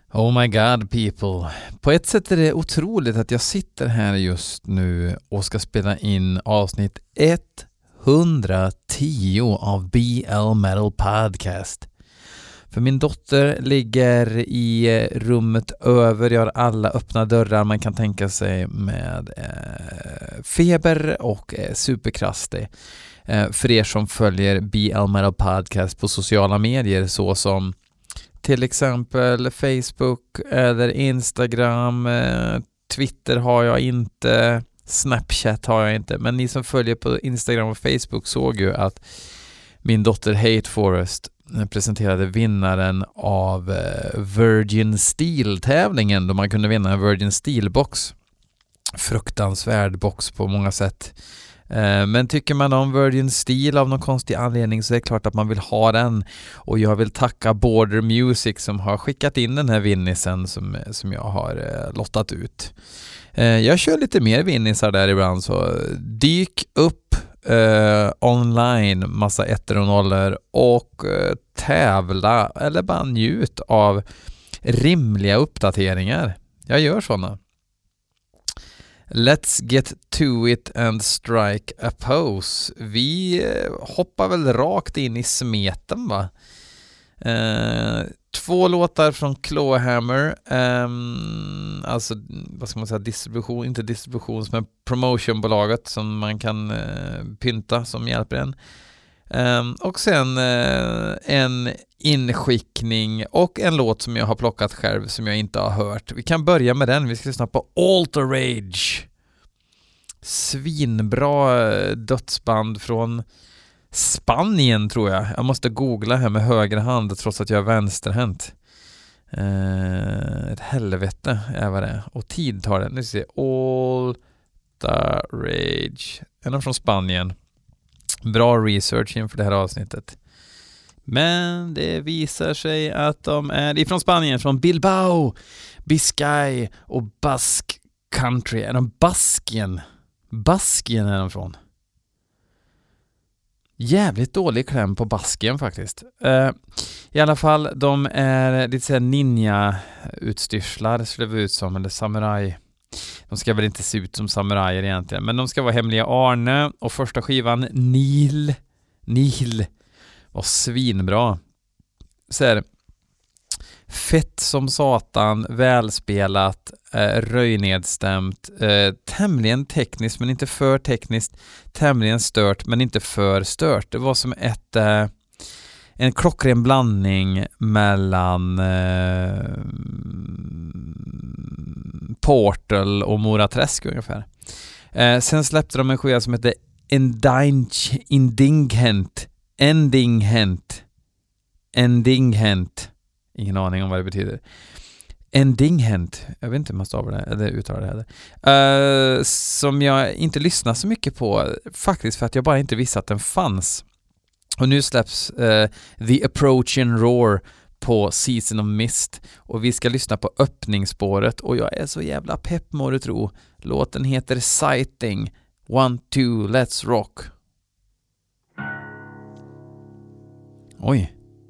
Oh my god people. På ett sätt är det otroligt att jag sitter här just nu och ska spela in avsnitt 110 av BL Metal Podcast. För min dotter ligger i rummet över, jag har alla öppna dörrar man kan tänka sig med feber och superkrastig. För er som följer BL Metal Podcast på sociala medier såsom till exempel Facebook eller Instagram, Twitter har jag inte, Snapchat har jag inte. Men ni som följer på Instagram och Facebook såg ju att min dotter Hate Forest presenterade vinnaren av Virgin Steel-tävlingen då man kunde vinna en Virgin Steel-box. Fruktansvärd box på många sätt. Men tycker man om Virgin Steel av någon konstig anledning så är det klart att man vill ha den. Och jag vill tacka Border Music som har skickat in den här vinnisen som jag har lottat ut. Jag kör lite mer vinnisar där ibland, så dyk upp online, massa 1 och 0 och tävla eller bara njut av rimliga uppdateringar. Jag gör sådana. Let's get to it and strike a pose. Vi hoppar väl rakt in i smeten, va? 2 låtar från Clawhammer. Alltså, vad ska man säga, distribution, inte distributions, men promotionbolaget som man kan pynta som hjälper en. Och sen en inskickning och en låt som jag har plockat själv som jag inte har hört. Vi kan börja med den. Vi ska lyssna på Alter Rage. Svinbra dödsband från Spanien, tror jag. Jag måste googla här med höger hand trots att jag är vänsterhänt. Ett helvete är vad det är. Och tid tar det. Nu ska vi se. Alter Rage. En av från Spanien. Bra research inför det här avsnittet. Men det visar sig att de är ifrån Spanien, från Bilbao, Biscay och Basque Country. Är de Baskien? Baskien är de från. Jävligt dålig kläm på Baskien faktiskt. I alla fall, de är lite såhär ninja-utstyrslar, skulle det ut som, eller samurai. De ska väl inte se ut som samurajer egentligen, men de ska vara Hemliga Arne, och första skivan Nil var svinbra. Så här, fett som satan, välspelat, röjnedstämt, tämligen tekniskt men inte för tekniskt, tämligen stört men inte för stört. Det var som en klockren blandning mellan Portal och Mora Träsk ungefär. Sen släppte de en skiva som heter Endinghent. Ingen aning om vad det betyder. Endinghent. Jag vet inte hur man stavar det eller uttalar det heller. Som jag inte lyssnar så mycket på faktiskt, för att jag bara inte visste att den fanns. Och nu släpps The Approaching Roar på Season of Mist, och vi ska lyssna på öppningsspåret, och jag är så jävla pepp, må du tro. Låten heter Sighting. 1, 2, let's rock. Oj.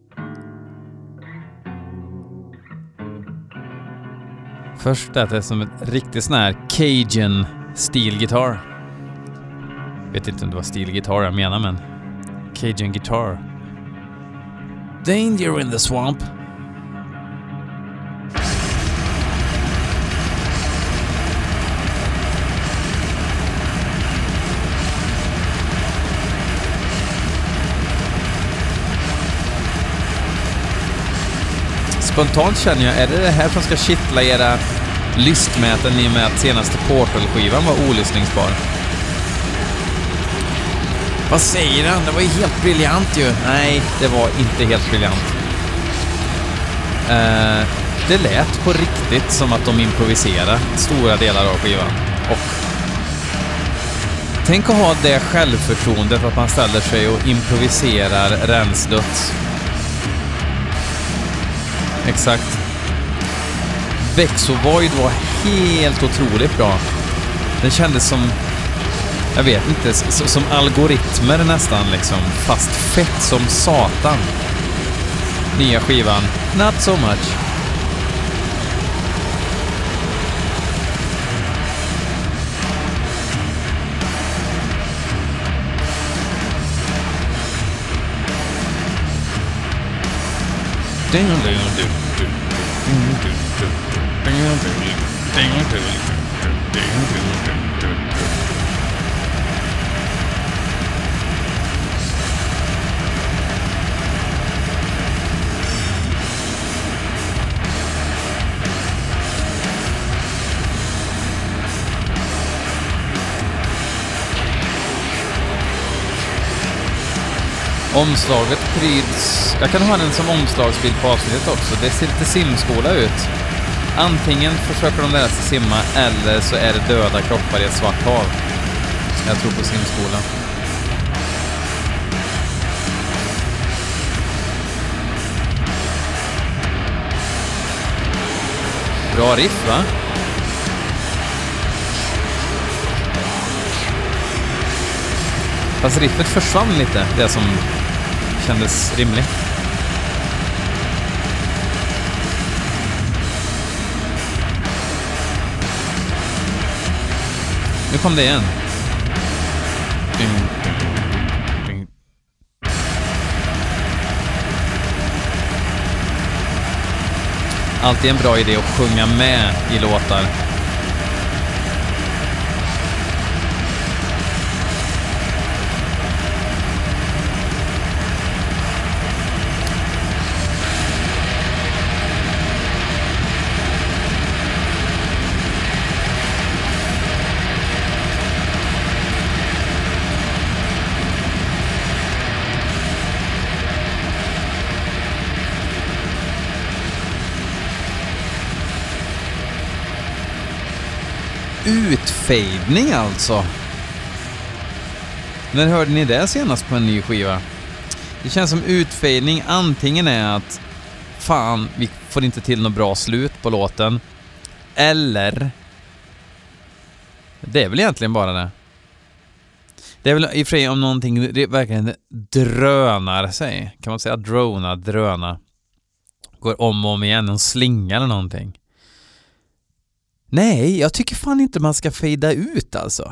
Först är det som ett riktigt sån här Cajun stilgitarr. Vet inte om det var stilgitarr jag menar, men Cajun guitar. Danger in the swamp. Spontant känner jag, är det här som ska kittla era lystmäten i och med att senaste Portal-skivan var olyssningsbar? Vad säger han? Det var ju helt briljant ju. Nej, det var inte helt briljant. Det lät på riktigt som att de improviserade stora delar av skivan. Och tänk att ha det självförtroendet att man ställer sig och improviserar rensdöds. Exakt. Vexovoid var helt otroligt bra. Den kändes som, jag vet inte, som algoritmer nästan liksom, fast fett som satan. Nya skivan, not so much. Omslaget pryds. Jag kan ha den som omslagsbild på avsnittet också. Det ser lite simskola ut. Antingen försöker de lära sig simma eller så är det döda kroppar i ett svart hav. Jag tror på simskola. Bra riff, va? Fast riffet försvann lite, det som kändes rimligt. Nu kom det igen. Alltid en bra idé att sjunga med i låtar. Utfejdning alltså. När hörde ni det senast på en ny skiva? Det känns som utfejdning antingen är att fan, vi får inte till något bra slut på låten. Eller det är väl egentligen bara det. Det är väl i och för sig om någonting verkligen drönar sig. Kan man säga dröna. Går om och om igen, en slinga eller någonting. Nej, jag tycker fan inte man ska fejda ut alltså.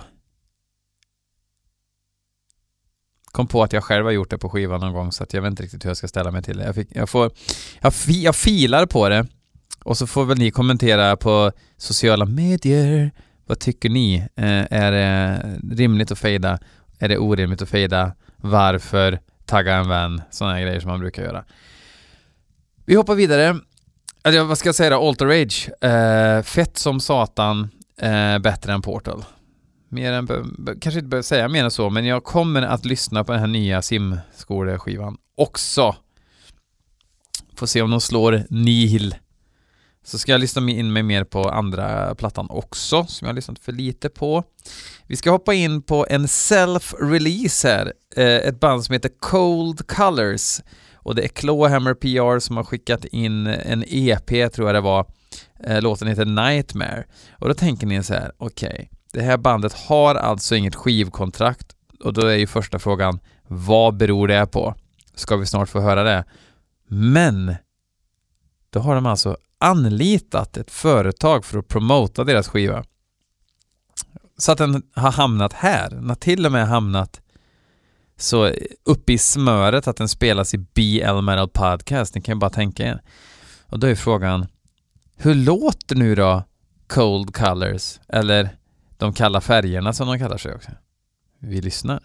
Kom på att jag själv har gjort det på skivan någon gång så att jag vet inte riktigt hur jag ska ställa mig till det. Jag filar på det och så får väl ni kommentera på sociala medier. Vad tycker ni? Är det rimligt att fejda? Är det orimligt att fejda? Varför? Tagga en vän? Sådana grejer som man brukar göra. Vi hoppar vidare. Alltså, vad ska jag säga då? Alter Rage. Fett som satan. Bättre än Portal. Kanske inte behöver säga mer än så, men jag kommer att lyssna på den här nya simskoleskivan också. Får se om de slår Nihil. Så ska jag lyssna in mig mer på andra plattan också, som jag har lyssnat för lite på. Vi ska hoppa in på en self-release här. Ett band som heter Cold Colors. Och det är Clawhammer PR som har skickat in en EP, tror jag det var. Låten heter Nightmare. Och då tänker ni så här, okej, det här bandet har alltså inget skivkontrakt. Och då är ju första frågan, vad beror det på? Ska vi snart få höra det? Men då har de alltså anlitat ett företag för att promota deras skiva. Så att den har hamnat här. Den har till och med hamnat så uppe i smöret att den spelas i BL Metal Podcast. Ni kan ju bara tänka er. Och då är frågan, hur låter nu då Cold Colors? Eller de kalla färgerna som de kallar sig också. Vi lyssnar.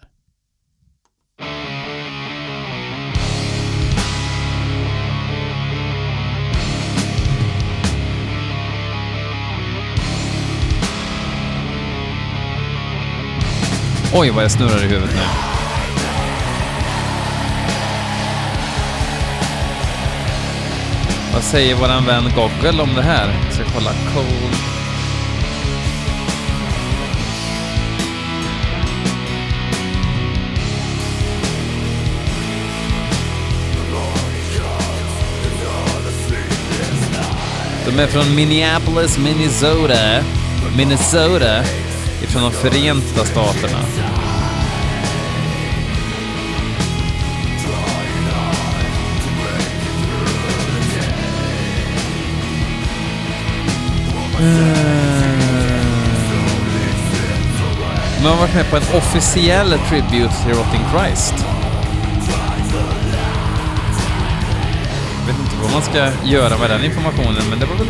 Oj, vad jag snurrar i huvudet nu. Vad säger våran vän Goggle om det här? Jag ska kolla Cold. De är från Minneapolis, Minnesota, ifrån de Förenta Staterna. De har varit med på en officiell tribute till Rotting Christ. Jag vet inte vad vad man ska göra med den informationen, men det var väl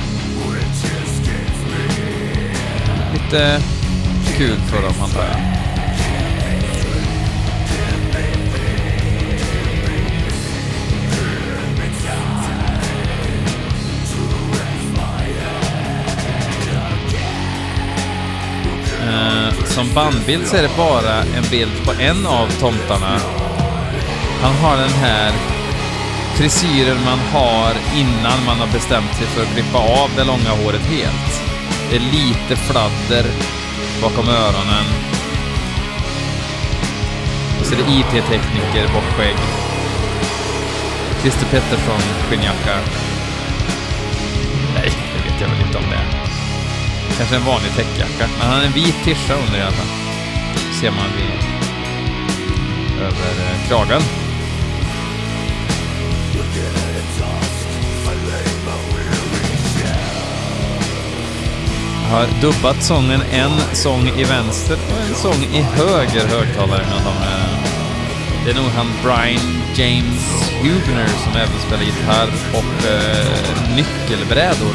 lite kul för dem, antar jag. Som bandbild så är det bara en bild på en av tomtarna. Han har den här frisyren man har innan man har bestämt sig för att klippa av det långa håret helt. Det är lite fladder bakom öronen. Och så är det IT-tekniker bort skägg. Christer Pettersson skinnjacka. Nej, det vet jag väl inte om det är. Kanske en vanlig täckjacka. Men han har en vit tisha under i alla fall. Ser man över kragen. Jag har dubbat sången, en sång i vänster och en sång i höger högtalare. Det är nog han Brian James Huebner som även spelar gitarr och nyckelbrädor.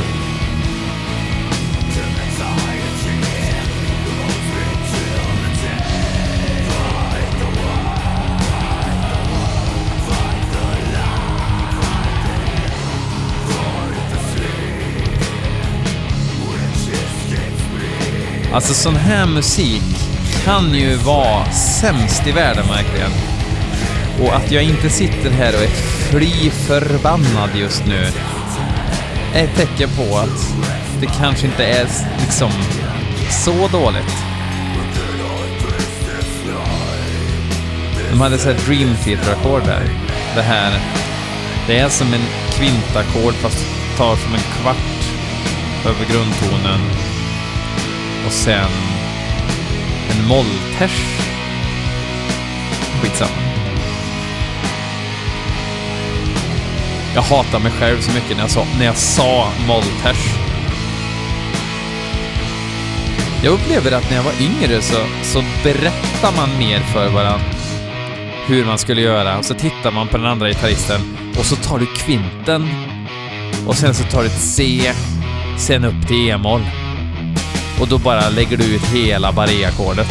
Alltså sån här musik kan ju vara sämst i världen verkligen. Och att jag inte sitter här och är fly förbannad just nu är ett tecken på att det kanske inte är liksom så dåligt. De hade så här Dream Theater-ackord där. Det är som en kvintackord fast tar som en kvart över grundtonen. Och sen en molltersch. Skitsamma. Jag hatar mig själv så mycket när jag sa molltersch. Jag upplever att när jag var yngre så berättar man mer för varandra hur man skulle göra. Och så tittar man på den andra gitarristen och så tar du kvinten. Och sen så tar du ett C. Sen upp till E-moll. Och då bara lägger du ut hela barré-ackordet.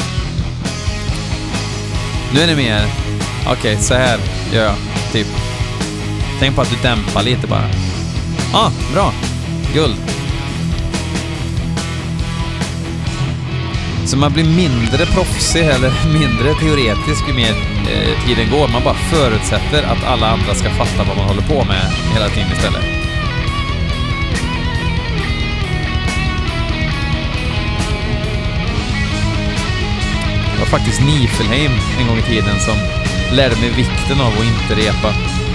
Nu är det mer okej, så här gör jag typ. Tänk på att du dämpar lite bara. Bra. Guld. Så man blir mindre proffsig eller mindre teoretisk ju mer tiden går. Man bara förutsätter att alla andra ska fatta vad man håller på med hela tiden istället. Det var faktiskt Nifelheim en gång i tiden som lärde mig vikten av att inte repa.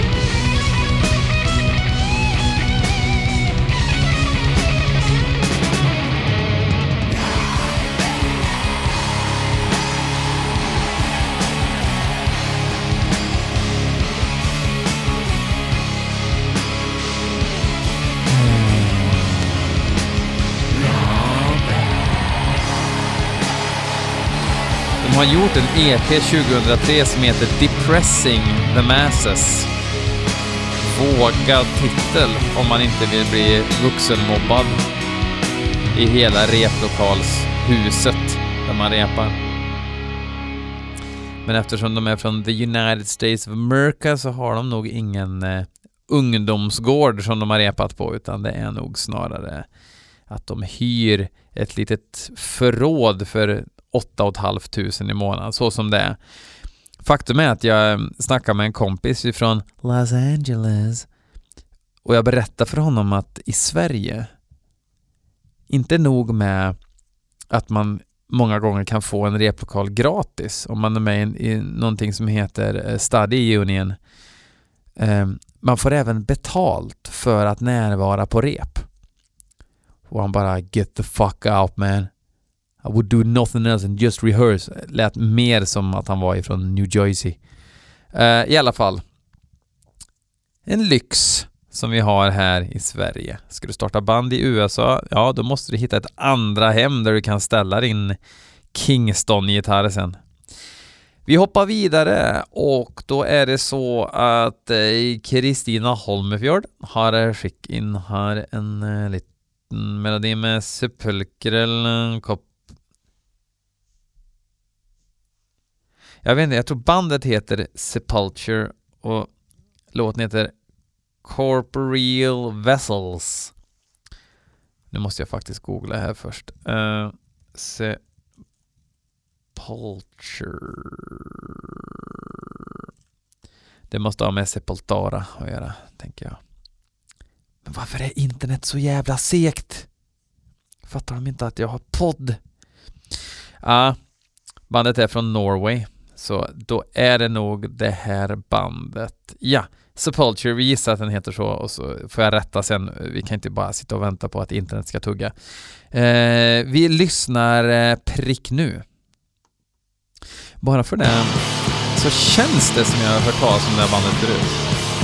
De har gjort en EP 2003 som heter Depressing the Masses. Vågad titel om man inte vill bli vuxenmobbad i hela replokalshuset där man repar. Men eftersom de är från the United States of America så har de nog ingen ungdomsgård som de har repat på, utan det är nog snarare att de hyr ett litet förråd för 8 500 i månaden, så som det är. Faktum är att jag snackade med en kompis från Los Angeles och jag berättade för honom att i Sverige inte nog med att man många gånger kan få en replokal gratis om man är med i någonting som heter Study Union. Man får även betalt för att närvara på rep. Och han bara, get the fuck out man. I would do nothing else and just rehearse. Lät mer som att han var ifrån New Jersey. I alla fall. En lyx som vi har här i Sverige. Ska du starta band i USA? Ja, då måste du hitta ett andra hem där du kan ställa din Kingston-gitarr sen. Vi hoppar vidare och då är det så att Kristina Holmefjord har skickat in här en liten melodi med Sepulchral kopp. Jag vet inte, jag tror bandet heter Sepulture och låten heter Corporeal Vessels. Nu måste jag faktiskt googla här först. Sepulture. Det måste ha med Sepultura att göra, tänker jag. Men varför är internet så jävla segt? Fattar de inte att jag har podd? Bandet är från Norway. Så då är det nog det här bandet. Ja, Sepulture, vi gissar att den heter så. Och så får jag rätta sen. Vi kan inte bara sitta och vänta på att internet ska tugga. Vi lyssnar prick nu. Bara för det så känns det som jag har hört talas om det här bandet förut.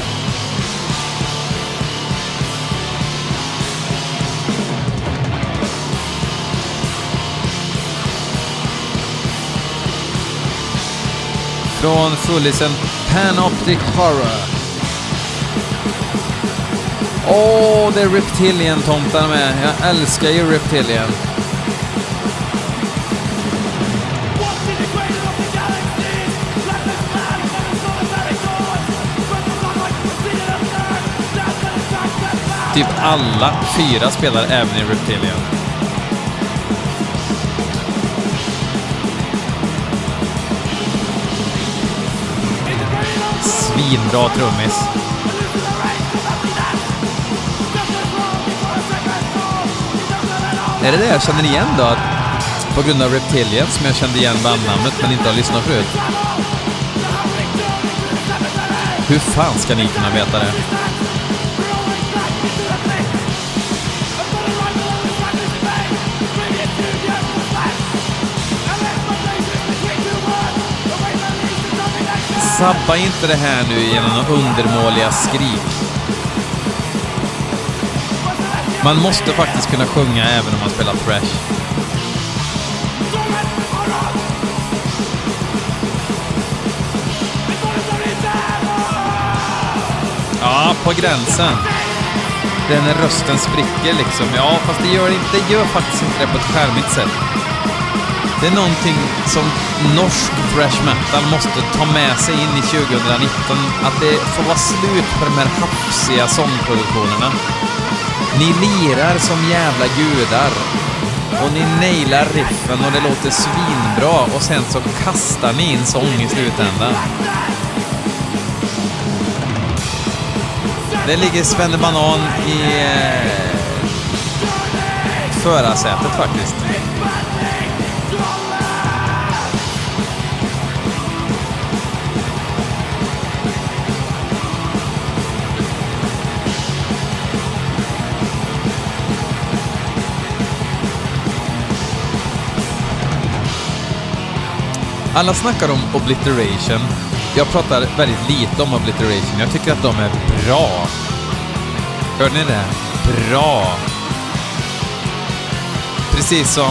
Från fullisen Panoptic Horror. Det är Reptilian-tomtarna med. Jag älskar ju Reptilian. Typ alla 4 spelar även i Reptilian. Svinbra trummis. Är det jag känner igen då? På grund av Reptilian som jag kände igen bandnamnet men inte har lyssnat förut. Hur fan ska ni kunna veta det? Sabba inte det här nu genom några undermåliga skrik. Man måste faktiskt kunna sjunga även om man spelar thrash. Ja, på gränsen. Den när rösten spricker liksom. Ja, fast det gör faktiskt inte det på ett skärmigt sätt. Det är någonting som norsk thrash metal måste ta med sig in i 2019. Att det får vara slut på de här hafsiga sångproduktionerna. Ni lirar som jävla gudar. Och ni nailar riffen och det låter svinbra. Och sen så kastar ni in sång i slutändan. Det ligger Svenne Banan i förarsätet faktiskt. Alla snackar om Obliteration. Jag pratar väldigt lite om Obliteration. Jag tycker att de är bra. Hör ni det? Bra. Precis som...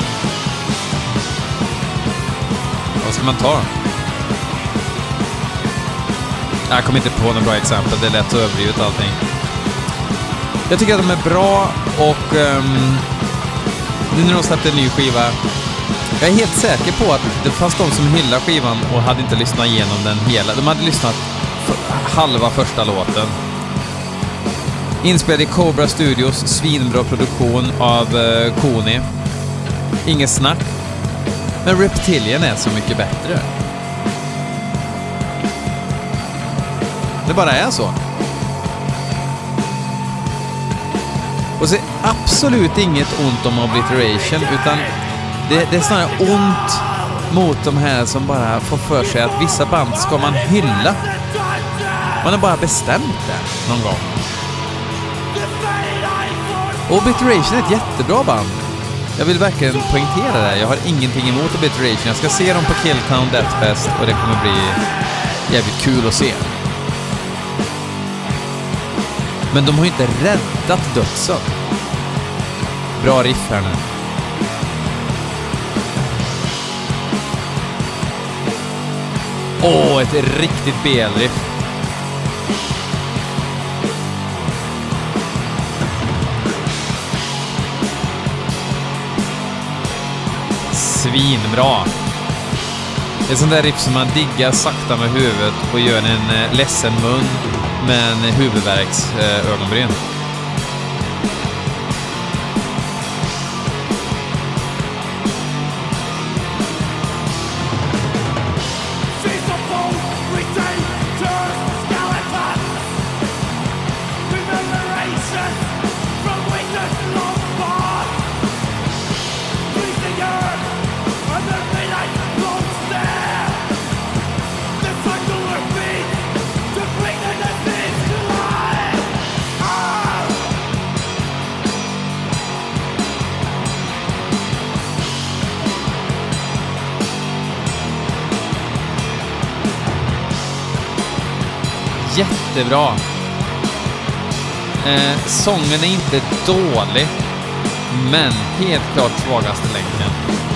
vad ska man ta? Jag kommer inte på något bra exempel. Det är lätt att överdriva allting. Jag tycker att de är bra och... nu när de släppte en ny skiva... Jag är helt säker på att det fanns de som hyllar skivan och hade inte lyssnat igenom den hela. De hade lyssnat halva första låten. Inspelad i Cobra Studios, svinbra produktion av Koni. Inget snack. Men Reptilian är så mycket bättre. Det bara är så. Och så är absolut inget ont om Obliteration, utan det är snarare ont mot de här som bara får för sig att vissa band ska man hylla. Man har bara bestämt det någon gång. Obliteration är ett jättebra band. Jag vill verkligen poängtera det. Jag har ingenting emot Obliteration. Jag ska se dem på Killtown Deathfest och det kommer bli jävligt kul att se. Men de har ju inte räddat dödsen. Bra riff här nu. Ett riktigt B-riff. Svinbra. Det är sånt där riff som man diggar sakta med huvudet och gör en ledsen mun med en huvudvärksögonbryn. Jättebra. Sången är inte dålig, men helt klart svagaste länken.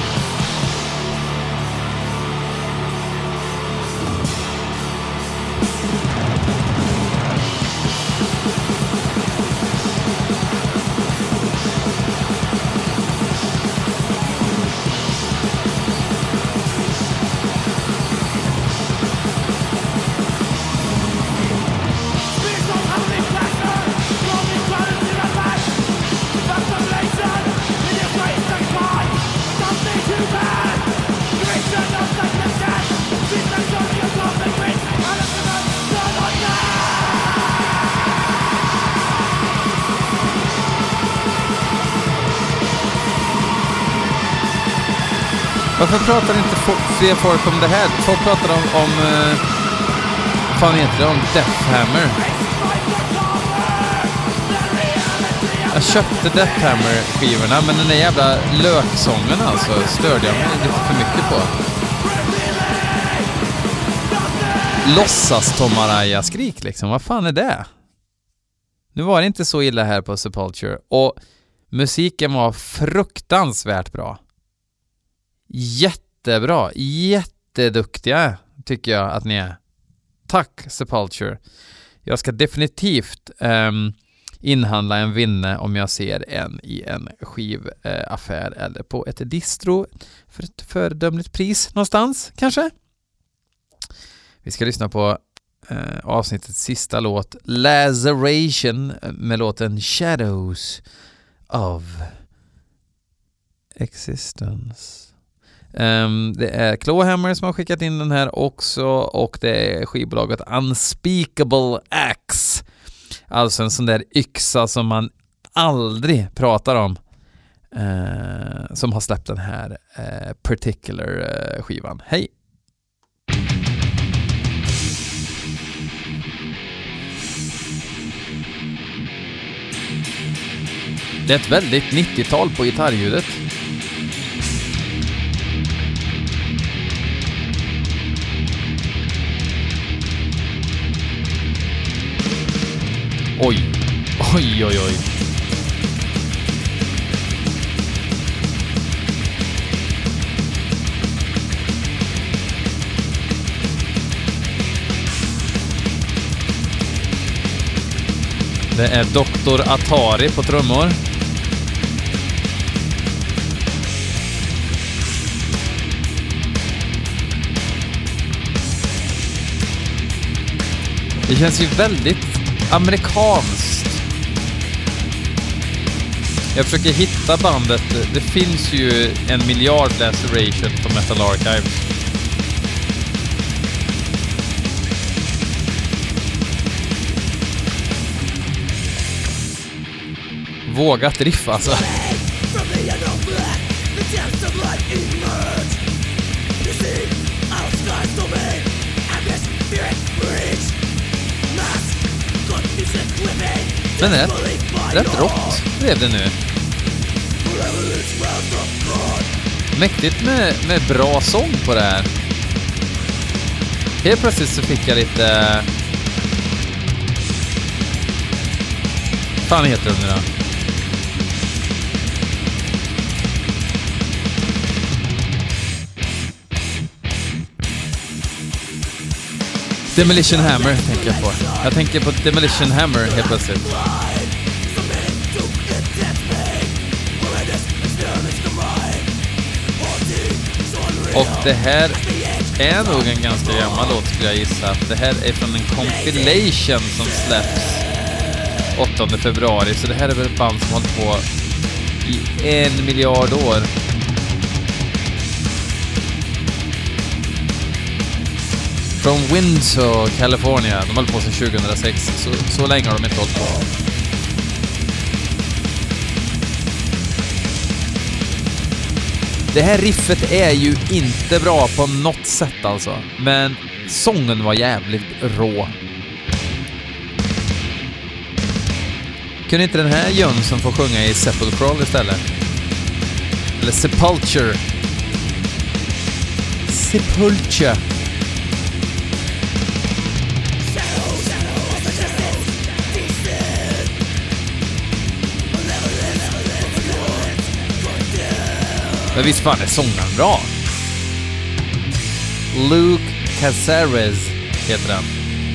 Varför pratar inte fler folk om det här? Folk pratar om fan heter det? Om Death Hammer. Jag köpte Death Hammer-skivorna, men den där jävla löksången alltså störde jag mig lite för mycket på. Låtsas Tom Araya-skrik liksom. Vad fan är det? Nu var det inte så illa här på Sepulture. Och musiken var fruktansvärt bra. Jättebra, jätteduktiga tycker jag att ni är. Tack Sepulture. Jag ska definitivt inhandla en vinne om jag ser en i en skivaffär eller på ett distro för ett föredömligt pris någonstans kanske. Vi ska lyssna på avsnittets sista låt, Laceration, med låten Shadows of Existence. Det är Clawhammer som har skickat in den här också, och det är skivbolaget Unspeakable Axe. Alltså en sån där yxa som man aldrig pratar om, som har släppt den här particular skivan. Hej! Det är ett väldigt 90-tal på gitarrljudet. Oj, oj, oj, oj. Det är Dr. Atari på trummor. Det känns ju väldigt amerikanskt. Jag försöker hitta bandet. Det finns ju en miljard Laceration på Metal Archive. Vågat riff alltså. Men rätt rått blev det nu. Mäktigt med bra sång på det här. Helt plötsligt så fick jag lite... Fan heter det nu då? Demolition Hammer tänker jag på. Jag tänker på Demolition Hammer helt plötsligt. Och det här är nog en ganska gammal låt skulle jag gissa. Det här är från en compilation som släpps 8 februari. Så det här är väl ett band som hållit på i 1 miljard år. Från Windsor, California. De höll på sedan 2006. Så länge har de inte hållit på. Det här riffet är ju inte bra på något sätt alltså. Men sången var jävligt rå. Kunde inte den här Jönsson få sjunga i Sepulchral istället? Eller Sepulture. Sepulture. Men visst fan är sångaren bra. Luke Caceres heter han.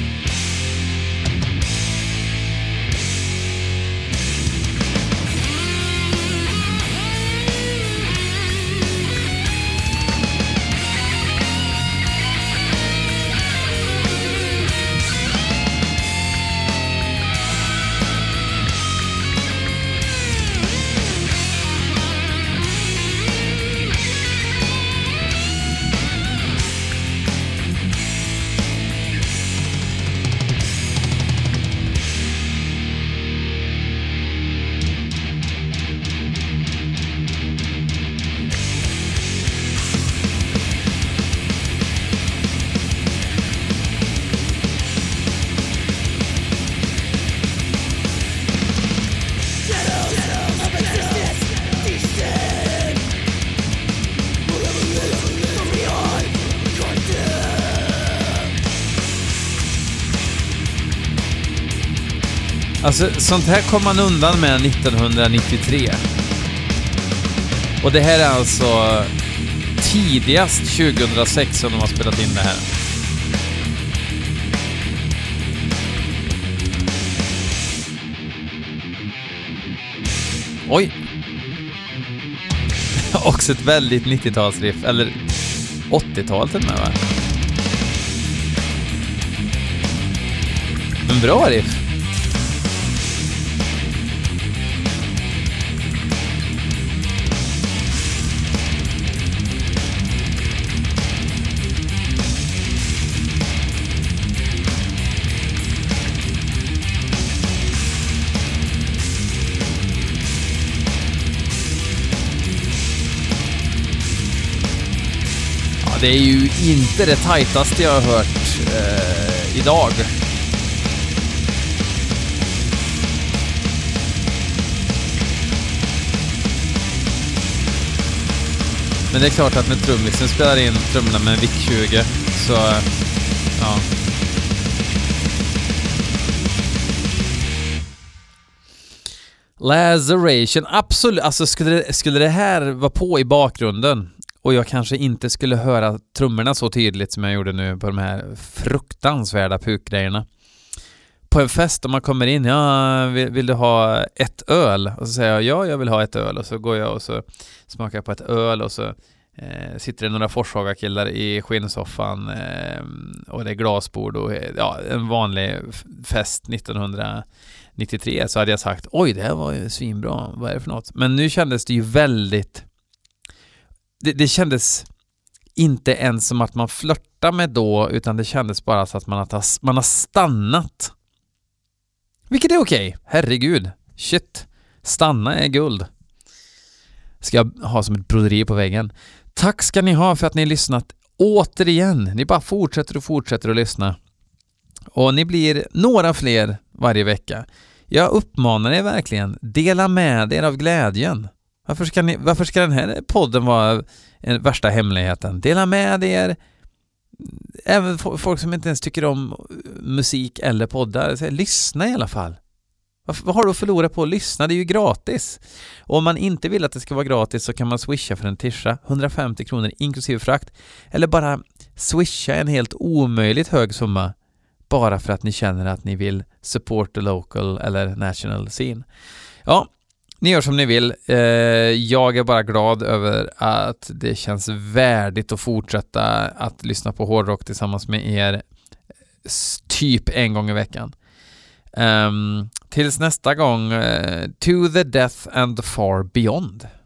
Alltså, sånt här kom man undan med 1993. Och det här är alltså tidigast 2006 som de har spelat in det här. Oj! Också ett väldigt 90-talsriff. Eller 80-tal till och med, va? En bra riff. Det är ju inte det tajtaste jag har hört idag. Men det är klart att när trummisen spelar in trummorna med en VIC-20 så ja. Laceration, absolut. Alltså skulle det här vara på i bakgrunden och jag kanske inte skulle höra trummorna så tydligt som jag gjorde nu på de här fruktansvärda pukgrejerna. På en fest om man kommer in, ja, vill du ha ett öl? Och så säger jag, ja, jag vill ha ett öl. Och så går jag och så smakar jag på ett öl och så sitter det några Forshaga-killar i skinnsoffan och det är glasbord och ja, en vanlig fest 1993 så hade jag sagt, oj, det här var ju svinbra, vad är det för något? Men nu kändes det ju väldigt det kändes inte ens som att man flörtar med då, utan det kändes bara så att man har stannat. Vilket är okej. Herregud. Shit. Stanna är guld. Ska jag ha som ett broderi på väggen. Tack ska ni ha för att ni har lyssnat återigen. Ni bara fortsätter att lyssna. Och ni blir några fler varje vecka. Jag uppmanar er verkligen. Dela med er av glädjen. Varför ska den här podden vara den värsta hemligheten? Dela med er. Även folk som inte ens tycker om musik eller poddar. Så lyssna i alla fall. Vad har du att förlora på att lyssna? Det är ju gratis. Och om man inte vill att det ska vara gratis så kan man swisha för en tisha. 150 kronor inklusive frakt. Eller bara swisha en helt omöjligt hög summa. bara för att ni känner att ni vill support the local eller national scene. Ja, ni gör som ni vill. Jag är bara glad över att det känns värdigt att fortsätta att lyssna på hårdrock tillsammans med er typ en gång i veckan. Tills nästa gång, to the death and the far beyond.